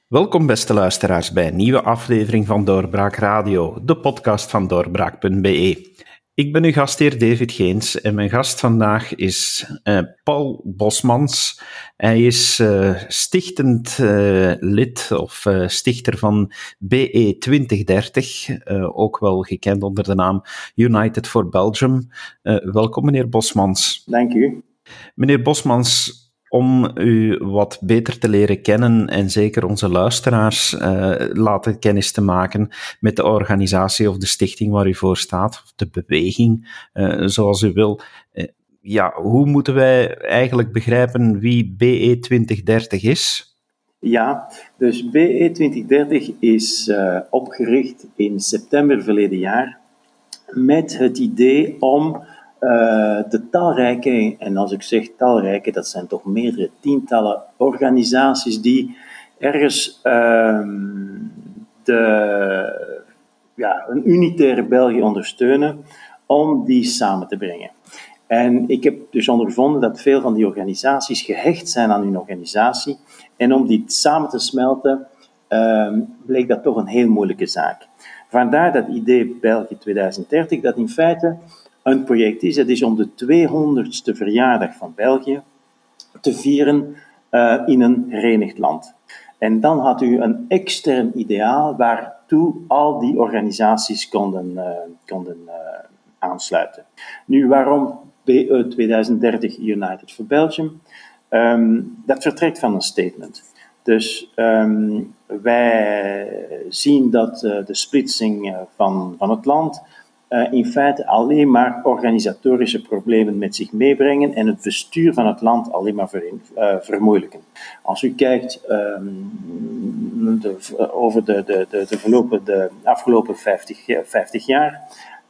Welkom beste luisteraars bij een nieuwe aflevering van Doorbraak Radio, de podcast van doorbraak.be. Ik ben uw gastheer David Geens en mijn gast vandaag is Paul Bosmans. Hij is stichtend lid of stichter van BE 2030, ook wel gekend onder de naam United for Belgium. Welkom meneer Bosmans. Dank u. Meneer Bosmans, om u wat beter te leren kennen en zeker onze luisteraars laten kennis te maken met de organisatie of de stichting waar u voor staat, of de beweging, zoals u wil. Hoe moeten wij eigenlijk begrijpen wie BE 2030 is? Ja, dus BE 2030 is opgericht in september verleden jaar met het idee om de talrijke, en als ik zeg talrijke, dat zijn toch meerdere tientallen organisaties die ergens een unitaire België ondersteunen, om die samen te brengen. En ik heb dus ondervonden dat veel van die organisaties gehecht zijn aan hun organisatie. En om die samen te smelten, bleek dat toch een heel moeilijke zaak. Vandaar dat idee België 2030, dat in feite een project is. Het is om de 200ste verjaardag van België te vieren in een herenigd land. En dan had u een extern ideaal waartoe al die organisaties konden aansluiten. Nu, waarom BE 2030 United for Belgium? Dat vertrekt van een statement. Dus wij zien dat de splitsing van het land in feite alleen maar organisatorische problemen met zich meebrengen en het bestuur van het land alleen maar vermoeilijken. Als u kijkt over de afgelopen 50 jaar,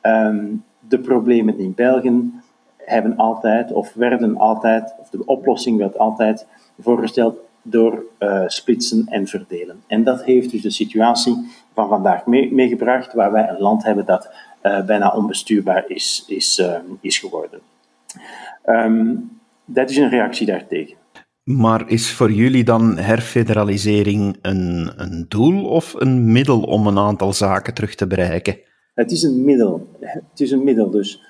de problemen in België hebben altijd, of de oplossing werd altijd voorgesteld door splitsen en verdelen. En dat heeft dus de situatie van vandaag meegebracht, waar wij een land hebben dat bijna onbestuurbaar is geworden. Dat is een reactie daartegen. Maar is voor jullie dan herfederalisering een doel of een middel om een aantal zaken terug te bereiken? Het is een middel. Dus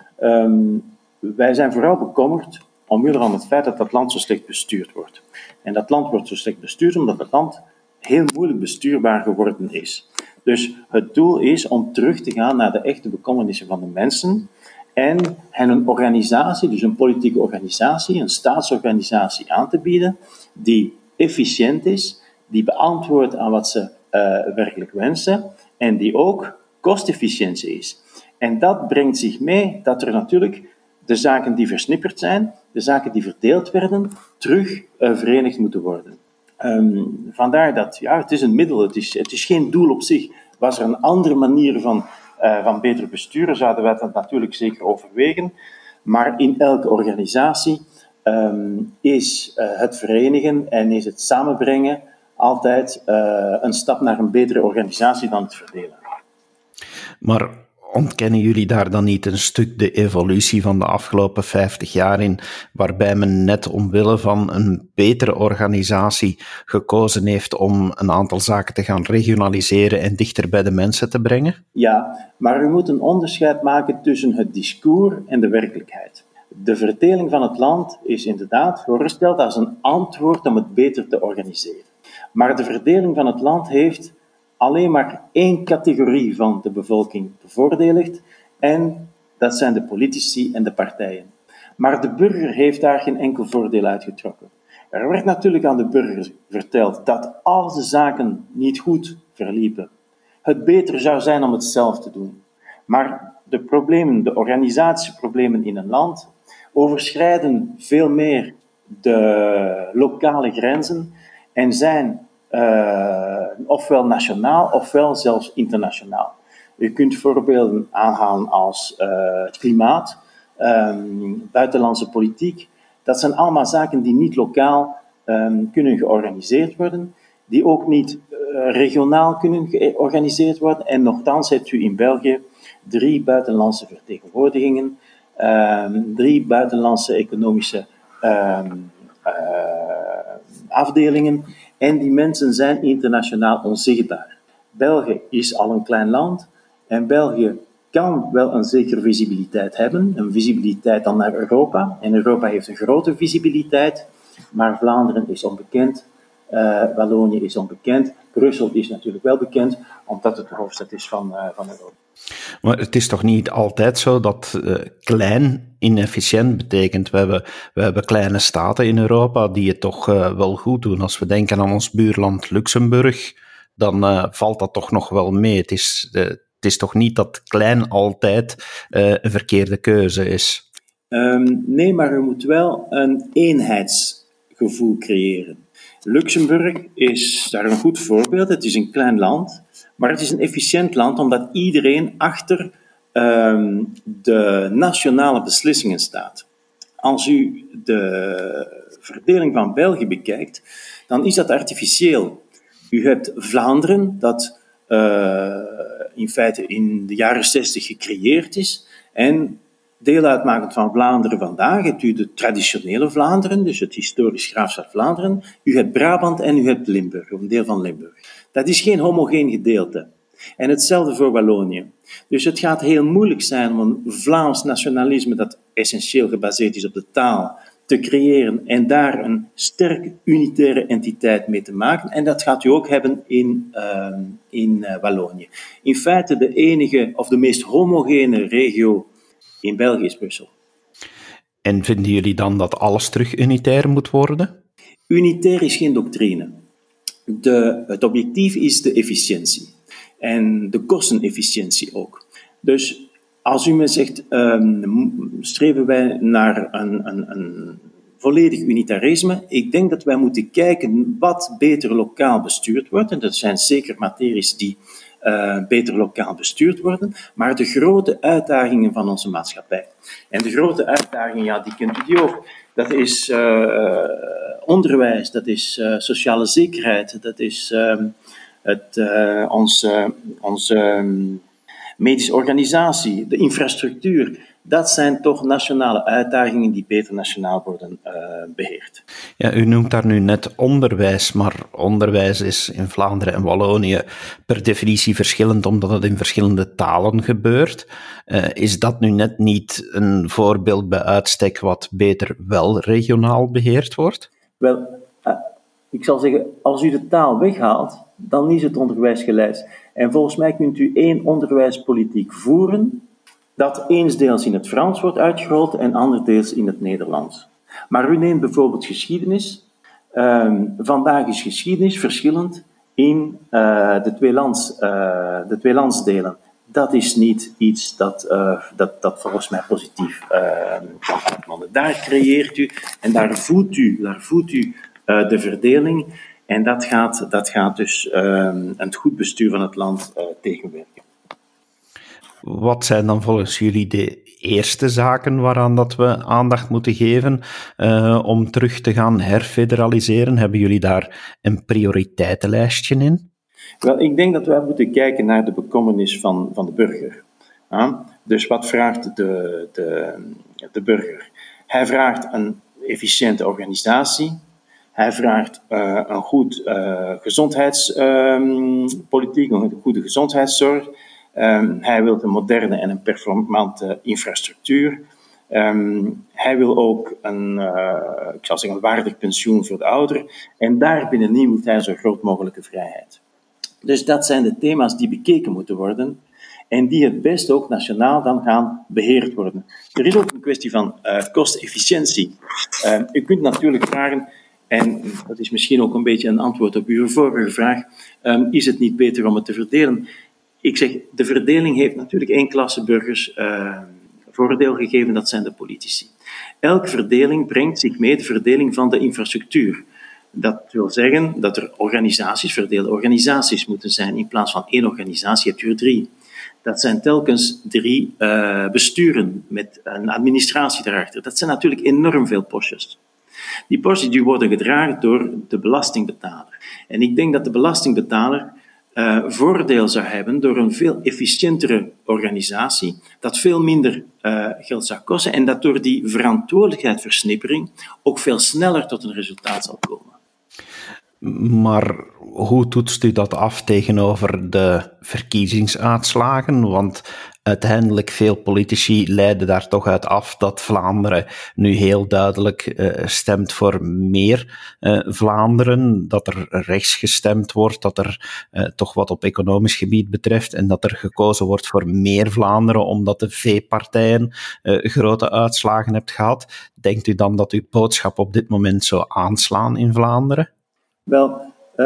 wij zijn vooral bekommerd omwille van het feit dat dat land zo slecht bestuurd wordt. En dat land wordt zo slecht bestuurd omdat het land heel moeilijk bestuurbaar geworden is. Dus het doel is om terug te gaan naar de echte bekommernissen van de mensen en hen een organisatie, dus een politieke organisatie, een staatsorganisatie aan te bieden die efficiënt is, die beantwoordt aan wat ze werkelijk wensen en die ook kostefficiënt is. En dat brengt zich mee dat er natuurlijk de zaken die versnipperd zijn, de zaken die verdeeld werden, terug verenigd moeten worden. Vandaar dat, het is een middel, het is geen doel op zich. Was er een andere manier van beter besturen, zouden wij dat natuurlijk zeker overwegen. Maar in elke organisatie is het verenigen en is het samenbrengen altijd een stap naar een betere organisatie dan het verdelen. Maar ontkennen jullie daar dan niet een stuk de evolutie van de afgelopen 50 jaar in, waarbij men net omwille van een betere organisatie gekozen heeft om een aantal zaken te gaan regionaliseren en dichter bij de mensen te brengen? Ja, maar u moet een onderscheid maken tussen het discours en de werkelijkheid. De verdeling van het land is inderdaad voorgesteld als een antwoord om het beter te organiseren. Maar de verdeling van het land heeft alleen maar één categorie van de bevolking bevoordeeld en dat zijn de politici en de partijen. Maar de burger heeft daar geen enkel voordeel uitgetrokken. Er werd natuurlijk aan de burger verteld dat als de zaken niet goed verliepen, het beter zou zijn om het zelf te doen. Maar de organisatieproblemen in een land overschrijden veel meer de lokale grenzen en zijn ofwel nationaal ofwel zelfs internationaal. U kunt voorbeelden aanhalen als het klimaat, buitenlandse politiek. Dat zijn allemaal zaken die niet lokaal kunnen georganiseerd worden, die ook niet regionaal kunnen georganiseerd worden. En nochtans hebt u in België 3 buitenlandse vertegenwoordigingen, 3 buitenlandse economische afdelingen. En die mensen zijn internationaal onzichtbaar. België is al een klein land en België kan wel een zekere visibiliteit hebben, een visibiliteit dan naar Europa. En Europa heeft een grote visibiliteit, maar Vlaanderen is onbekend, Wallonië is onbekend, Brussel is natuurlijk wel bekend, omdat het de hoofdstad is van Europa. Maar het is toch niet altijd zo dat klein inefficiënt betekent. We hebben kleine staten in Europa die het toch wel goed doen. Als we denken aan ons buurland Luxemburg, dan valt dat toch nog wel mee. Het is toch niet dat klein altijd een verkeerde keuze is? Nee, maar je moet wel een eenheidsgevoel creëren. Luxemburg is daar een goed voorbeeld. Het is een klein land, maar het is een efficiënt land omdat iedereen achter de nationale beslissingen staat. Als u de verdeling van België bekijkt, dan is dat artificieel. U hebt Vlaanderen, dat in feite in de jaren 60 gecreëerd is, en deel uitmakend van Vlaanderen vandaag hebt u de traditionele Vlaanderen, dus het historisch graafschap Vlaanderen. U hebt Brabant en u hebt Limburg, of een deel van Limburg. Dat is geen homogeen gedeelte. En hetzelfde voor Wallonië. Dus het gaat heel moeilijk zijn om een Vlaams nationalisme dat essentieel gebaseerd is op de taal te creëren en daar een sterk unitaire entiteit mee te maken. En dat gaat u ook hebben in Wallonië. In feite de enige of de meest homogene regio in België is Brussel. En vinden jullie dan dat alles terug unitair moet worden? Unitair is geen doctrine. Het objectief is de efficiëntie. En de kostenefficiëntie ook. Dus als u me zegt, streven wij naar een volledig unitarisme? Ik denk dat wij moeten kijken wat beter lokaal bestuurd wordt. En dat zijn zeker materies die beter lokaal bestuurd worden, maar de grote uitdagingen van onze maatschappij. En de grote uitdagingen, ja, die kent u die ook. Dat is onderwijs, dat is sociale zekerheid, dat is onze medische organisatie, de infrastructuur. Dat zijn toch nationale uitdagingen die beter nationaal worden beheerd. Ja, u noemt daar nu net onderwijs, maar onderwijs is in Vlaanderen en Wallonië per definitie verschillend, omdat het in verschillende talen gebeurt. Is dat nu net niet een voorbeeld bij uitstek wat beter wel regionaal beheerd wordt? Wel, ik zal zeggen, als u de taal weghaalt, dan is het onderwijs geleid. En volgens mij kunt u één onderwijspolitiek voeren dat eensdeels in het Frans wordt uitgerold en anderdeels in het Nederlands. Maar u neemt bijvoorbeeld geschiedenis. Vandaag is geschiedenis verschillend in de twee landsdelen. Dat is niet iets dat volgens mij positief kan uitmonden. Daar creëert u en daar voedt u de verdeling. En dat gaat dus het goed bestuur van het land tegenwerken. Wat zijn dan volgens jullie de eerste zaken waaraan dat we aandacht moeten geven om terug te gaan herfederaliseren? Hebben jullie daar een prioriteitenlijstje in? Wel, ik denk dat wij moeten kijken naar de bekommernis van de burger. Dus wat vraagt de burger? Hij vraagt een efficiënte organisatie. Hij vraagt een goed gezondheidspolitiek, een goede gezondheidszorg. Hij wil een moderne en een performante infrastructuur. Hij wil ook een waardig pensioen voor de ouderen. En daarbinnenin wil hij zo groot mogelijke vrijheid. Dus dat zijn de thema's die bekeken moeten worden en die het best ook nationaal dan gaan beheerd worden. Er is ook een kwestie van kostenefficiëntie. U kunt natuurlijk vragen, en dat is misschien ook een beetje een antwoord op uw vorige vraag, is het niet beter om het te verdelen? Ik zeg, de verdeling heeft natuurlijk één klasse burgers voordeel gegeven, dat zijn de politici. Elke verdeling brengt zich mee de verdeling van de infrastructuur. Dat wil zeggen dat er verdeelde organisaties moeten zijn. In plaats van één organisatie heb je er 3. Dat zijn telkens 3 besturen met een administratie daarachter. Dat zijn natuurlijk enorm veel postjes. Die postjes die worden gedragen door de belastingbetaler. En ik denk dat de belastingbetaler voordeel zou hebben door een veel efficiëntere organisatie, dat veel minder geld zou kosten en dat door die verantwoordelijkheidsversnippering ook veel sneller tot een resultaat zal komen. Maar hoe toetst u dat af tegenover de verkiezingsuitslagen? Want uiteindelijk veel politici leiden daar toch uit af dat Vlaanderen nu heel duidelijk stemt voor meer Vlaanderen, dat er rechts gestemd wordt, dat er toch wat op economisch gebied betreft en dat er gekozen wordt voor meer Vlaanderen omdat de V-partijen grote uitslagen hebt gehad. Denkt u dan dat uw boodschap op dit moment zou aanslaan in Vlaanderen? Wel,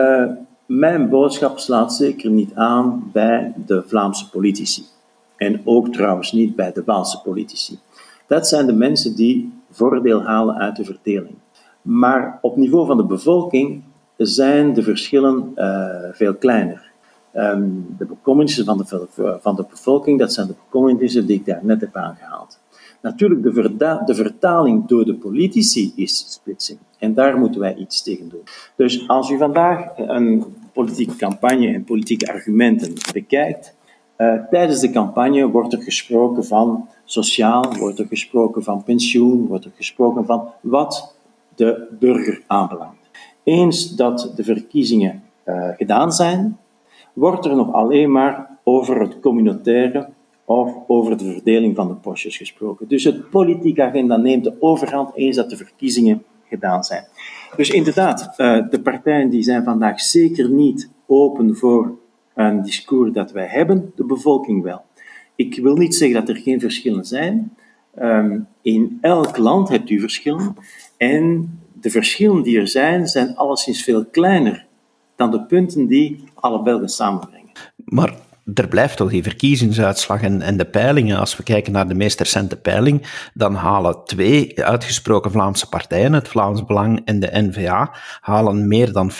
mijn boodschap slaat zeker niet aan bij de Vlaamse politici. En ook trouwens niet bij de Waalse politici. Dat zijn de mensen die voordeel halen uit de verdeling. Maar op niveau van de bevolking zijn de verschillen veel kleiner. De bekommernissen van de bevolking, dat zijn de bekommernissen die ik daar net heb aangehaald. Natuurlijk, de vertaling door de politici is splitsing. En daar moeten wij iets tegen doen. Dus als u vandaag een politieke campagne en politieke argumenten bekijkt, tijdens de campagne wordt er gesproken van sociaal, wordt er gesproken van pensioen, wordt er gesproken van wat de burger aanbelangt. Eens dat de verkiezingen gedaan zijn, wordt er nog alleen maar over het communautaire of over de verdeling van de postjes gesproken. Dus het politieke agenda neemt de overhand eens dat de verkiezingen gedaan zijn. Dus inderdaad, de partijen die zijn vandaag zeker niet open voor een discours dat wij hebben, de bevolking wel. Ik wil niet zeggen dat er geen verschillen zijn. In elk land hebt u verschillen. En de verschillen die er zijn alleszins veel kleiner dan de punten die alle Belgen samenbrengen. Maar er blijft toch die verkiezingsuitslag en de peilingen. Als we kijken naar de meest recente peiling, dan halen 2 uitgesproken Vlaamse partijen, het Vlaams Belang en de N-VA, halen meer dan 50%.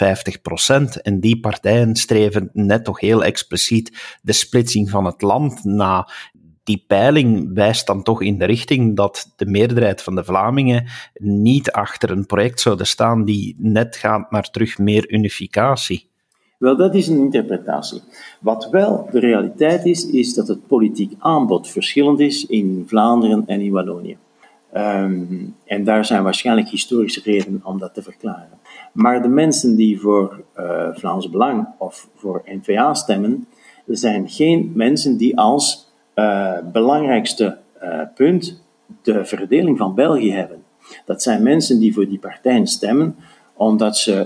En die partijen streven net toch heel expliciet de splitsing van het land na. Die peiling wijst dan toch in de richting dat de meerderheid van de Vlamingen niet achter een project zouden staan die net gaat naar terug meer unificatie. Wel, dat is een interpretatie. Wat wel de realiteit is dat het politiek aanbod verschillend is in Vlaanderen en in Wallonië. En daar zijn waarschijnlijk historische redenen om dat te verklaren. Maar de mensen die voor Vlaams Belang of voor N-VA stemmen, zijn geen mensen die als belangrijkste punt de verdeling van België hebben. Dat zijn mensen die voor die partijen stemmen omdat ze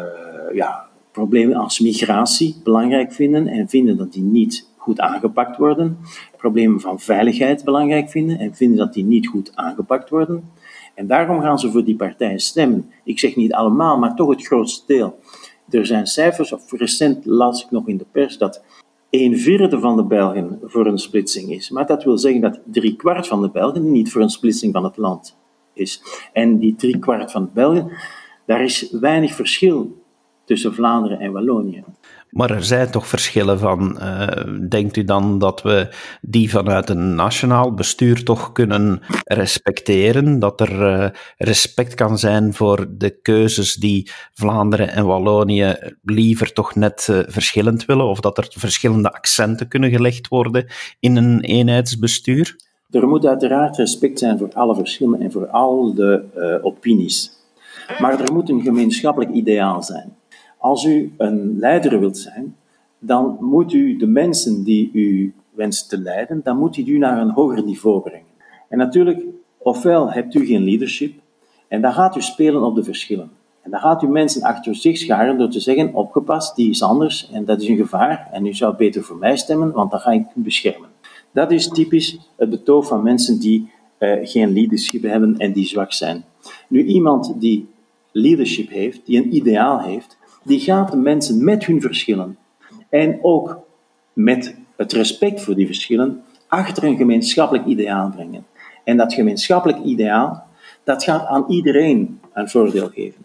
problemen als migratie belangrijk vinden en vinden dat die niet goed aangepakt worden. Problemen van veiligheid belangrijk vinden en vinden dat die niet goed aangepakt worden. En daarom gaan ze voor die partijen stemmen. Ik zeg niet allemaal, maar toch het grootste deel. Er zijn cijfers, of recent las ik nog in de pers, dat 1/4 van de Belgen voor een splitsing is. Maar dat wil zeggen dat 3/4 van de Belgen niet voor een splitsing van het land is. En die 3/4 van de Belgen, daar is weinig verschil tussen Vlaanderen en Wallonië. Maar er zijn toch verschillen van. Denkt u dan dat we die vanuit een nationaal bestuur toch kunnen respecteren? Dat er respect kan zijn voor de keuzes die Vlaanderen en Wallonië liever toch net verschillend willen? Of dat er verschillende accenten kunnen gelegd worden in een eenheidsbestuur? Er moet uiteraard respect zijn voor alle verschillen en voor al de opinies. Maar er moet een gemeenschappelijk ideaal zijn. Als u een leider wilt zijn, dan moet u de mensen die u wenst te leiden, dan moet u naar een hoger niveau brengen. En natuurlijk, ofwel hebt u geen leadership, en dan gaat u spelen op de verschillen. En dan gaat u mensen achter zich scharen door te zeggen, opgepast, die is anders en dat is een gevaar en u zou beter voor mij stemmen, want dan ga ik u beschermen. Dat is typisch het betoog van mensen die geen leadership hebben en die zwak zijn. Nu, iemand die leadership heeft, die een ideaal heeft, die gaat de mensen met hun verschillen en ook met het respect voor die verschillen achter een gemeenschappelijk ideaal brengen. En dat gemeenschappelijk ideaal, dat gaat aan iedereen een voordeel geven.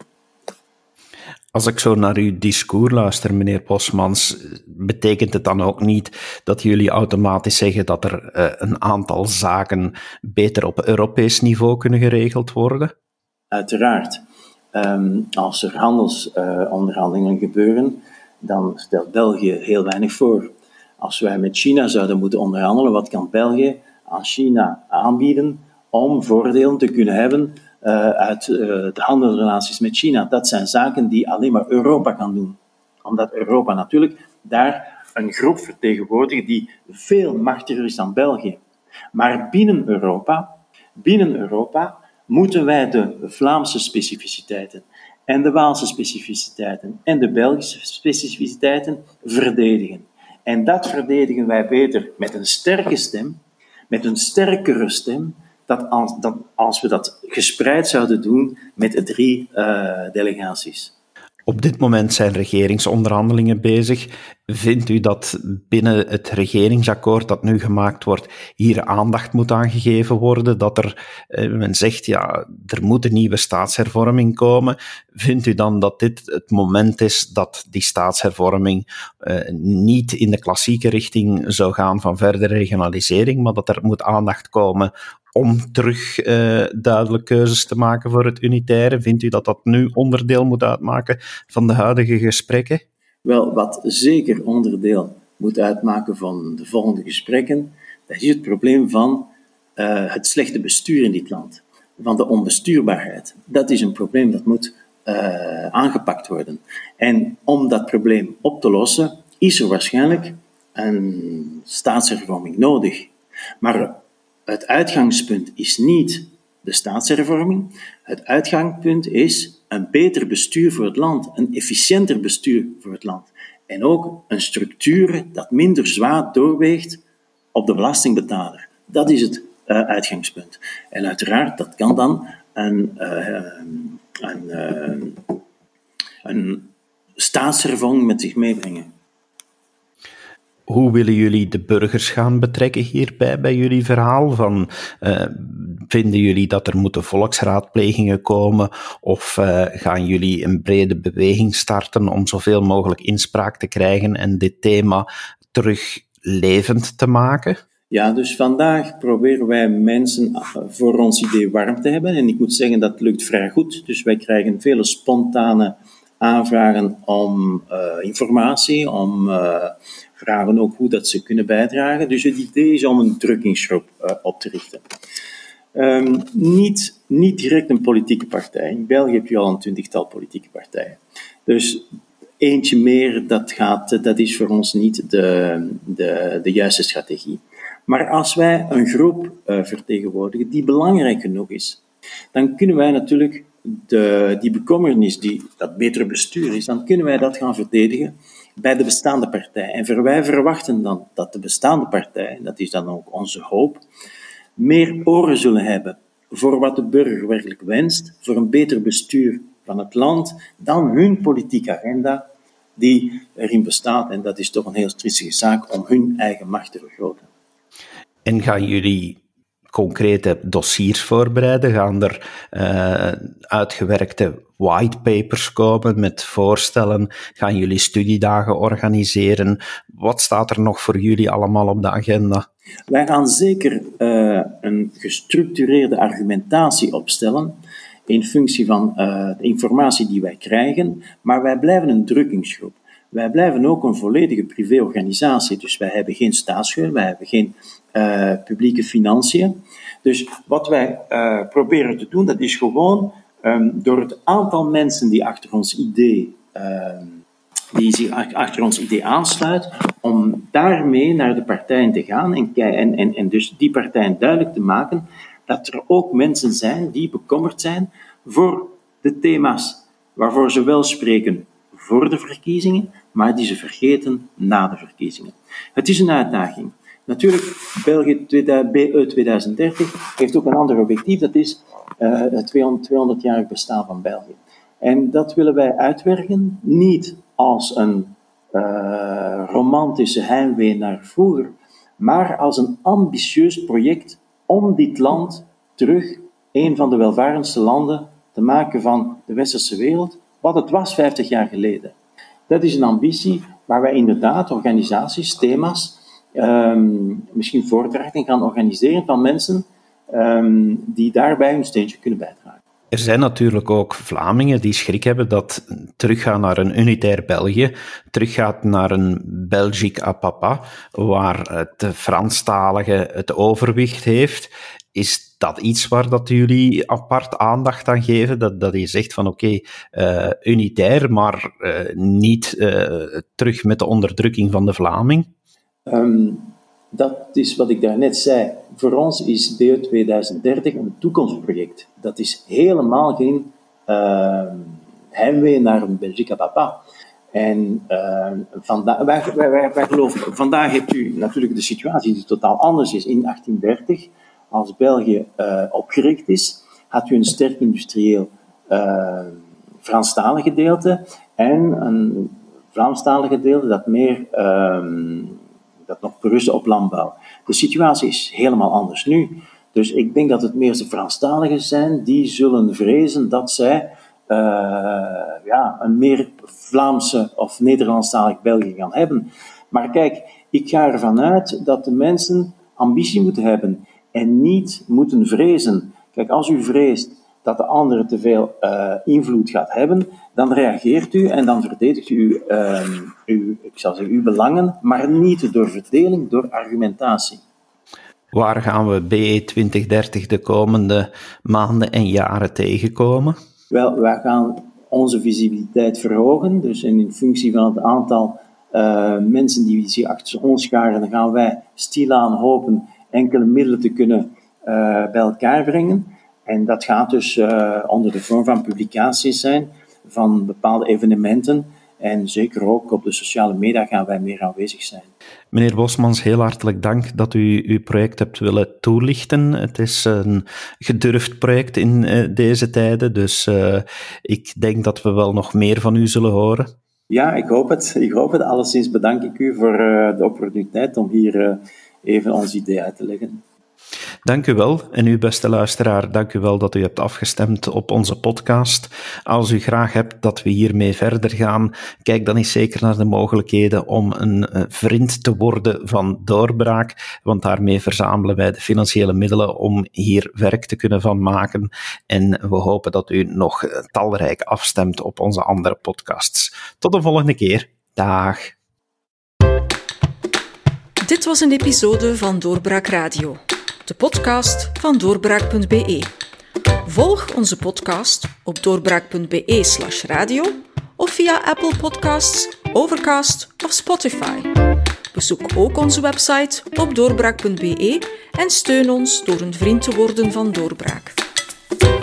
Als ik zo naar uw discours luister, meneer Bosmans, betekent het dan ook niet dat jullie automatisch zeggen dat er een aantal zaken beter op Europees niveau kunnen geregeld worden? Uiteraard. Als er handelsonderhandelingen gebeuren, dan stelt België heel weinig voor. Als wij met China zouden moeten onderhandelen, wat kan België aan China aanbieden om voordelen te kunnen hebben uit de handelsrelaties met China. Dat zijn zaken die alleen maar Europa kan doen. Omdat Europa natuurlijk daar een groep vertegenwoordigt die veel machtiger is dan België. Maar binnen Europa moeten wij de Vlaamse specificiteiten en de Waalse specificiteiten en de Belgische specificiteiten verdedigen. En dat verdedigen wij beter met een sterke stem, met een sterkere stem, dan als we dat gespreid zouden doen met de 3 delegaties. Op dit moment zijn regeringsonderhandelingen bezig. Vindt u dat binnen het regeringsakkoord dat nu gemaakt wordt, hier aandacht moet aan gegeven worden? Dat men zegt, ja, er moet een nieuwe staatshervorming komen. Vindt u dan dat dit het moment is dat die staatshervorming niet in de klassieke richting zou gaan van verdere regionalisering, maar dat er moet aandacht komen om terug duidelijk keuzes te maken voor het unitaire? Vindt u dat dat nu onderdeel moet uitmaken van de huidige gesprekken? Wel, wat zeker onderdeel moet uitmaken van de volgende gesprekken, dat is het probleem van het slechte bestuur in dit land. Van de onbestuurbaarheid. Dat is een probleem dat moet aangepakt worden. En om dat probleem op te lossen, is er waarschijnlijk een staatshervorming nodig. Maar het uitgangspunt is niet de staatshervorming. Het uitgangspunt is een beter bestuur voor het land, een efficiënter bestuur voor het land. En ook een structuur dat minder zwaar doorweegt op de belastingbetaler. Dat is het uitgangspunt. En uiteraard, dat kan dan een staatshervorming met zich meebrengen. Hoe willen jullie de burgers gaan betrekken hierbij, bij jullie verhaal? Vinden jullie dat er moeten volksraadplegingen komen? Of gaan jullie een brede beweging starten om zoveel mogelijk inspraak te krijgen en dit thema terug levend te maken? Ja, dus vandaag proberen wij mensen voor ons idee warm te hebben. En ik moet zeggen, dat lukt vrij goed. Dus wij krijgen vele spontane aanvragen om informatie, om vragen ook hoe dat ze kunnen bijdragen. Dus het idee is om een drukkingsgroep op te richten. Niet direct een politieke partij. In België heb je al een 20-tal politieke partijen. Dus eentje meer, dat is voor ons niet de juiste strategie. Maar als wij een groep vertegenwoordigen die belangrijk genoeg is, dan kunnen wij natuurlijk die bekommernis, dat betere bestuur is, dan kunnen wij dat gaan verdedigen bij de bestaande partij. En wij verwachten dan dat de bestaande partij, dat is dan ook onze hoop, meer oren zullen hebben voor wat de burger werkelijk wenst, voor een beter bestuur van het land, dan hun politieke agenda die erin bestaat. En dat is toch een heel triestige zaak om hun eigen macht te vergroten. En gaan jullie concrete dossiers voorbereiden? Gaan er uitgewerkte whitepapers komen met voorstellen? Gaan jullie studiedagen organiseren? Wat staat er nog voor jullie allemaal op de agenda? Wij gaan zeker een gestructureerde argumentatie opstellen in functie van de informatie die wij krijgen, maar wij blijven een drukkingsgroep. Wij blijven ook een volledige privéorganisatie, dus wij hebben geen staatssteun, wij hebben geen publieke financiën. Dus wat wij proberen te doen, dat is gewoon door het aantal mensen die achter ons idee aansluit, om daarmee naar de partijen te gaan en dus die partijen duidelijk te maken dat er ook mensen zijn die bekommerd zijn voor de thema's waarvoor ze wel spreken voor de verkiezingen, maar die ze vergeten na de verkiezingen. Het is een uitdaging. Natuurlijk, België BE 2030 heeft ook een ander objectief, dat is het 200-jarig bestaan van België. En dat willen wij uitwerken, niet als een romantische heimwee naar vroeger, maar als een ambitieus project om dit land terug een van de welvarendste landen te maken van de westerse wereld, wat het was 50 jaar geleden. Dat is een ambitie waar wij inderdaad organisaties, thema's, misschien voordrachten gaan organiseren van mensen die daarbij hun steentje kunnen bijdragen. Er zijn natuurlijk ook Vlamingen die schrik hebben dat teruggaan naar een unitair België, teruggaat naar een Belgique à papa, waar het Franstalige het overwicht heeft. Is dat iets waar dat jullie apart aandacht aan geven? Dat je zegt van oké, unitair, maar niet terug met de onderdrukking van de Vlaming? Dat is wat ik daarnet zei. Voor ons is BE 2030 een toekomstproject. Dat is helemaal geen heimwee naar een Belgica Papa. En wij geloven, vandaag hebt u natuurlijk de situatie die totaal anders is. In 1830, als België opgericht is, had u een sterk industrieel Franstalig gedeelte en een Vlaamstalig gedeelte dat meer dat nog berustte op landbouw. De situatie is helemaal anders nu. Dus ik denk dat het meer de Franstaligen zijn die zullen vrezen dat zij een meer Vlaamse of Nederlandstalig België gaan hebben. Maar kijk, ik ga ervan uit dat de mensen ambitie moeten hebben en niet moeten vrezen. Kijk, als u vreest dat de andere te veel invloed gaat hebben, dan reageert u en dan verdedigt u uw belangen, maar niet door verdeling, door argumentatie. Waar gaan we BE 2030 de komende maanden en jaren tegenkomen? Wel, wij gaan onze visibiliteit verhogen, dus in functie van het aantal mensen die zich achter ons scharen, dan gaan wij stilaan hopen enkele middelen te kunnen bij elkaar brengen. En dat gaat dus onder de vorm van publicaties zijn, van bepaalde evenementen. En zeker ook op de sociale media gaan wij meer aanwezig zijn. Meneer Bosmans, heel hartelijk dank dat u uw project hebt willen toelichten. Het is een gedurfd project in deze tijden, dus ik denk dat we wel nog meer van u zullen horen. Ja, ik hoop het. Alleszins bedank ik u voor de opportuniteit om hier even ons idee uit te leggen. Dank u wel. En u, beste luisteraar, dank u wel dat u hebt afgestemd op onze podcast. Als u graag hebt dat we hiermee verder gaan, kijk dan eens zeker naar de mogelijkheden om een vriend te worden van Doorbraak, want daarmee verzamelen wij de financiële middelen om hier werk te kunnen van maken. En we hopen dat u nog talrijk afstemt op onze andere podcasts. Tot de volgende keer. Dag. Dit was een episode van Doorbraak Radio, de podcast van doorbraak.be. Volg onze podcast op doorbraak.be/radio of via Apple Podcasts, Overcast of Spotify. Bezoek ook onze website op doorbraak.be en steun ons door een vriend te worden van Doorbraak.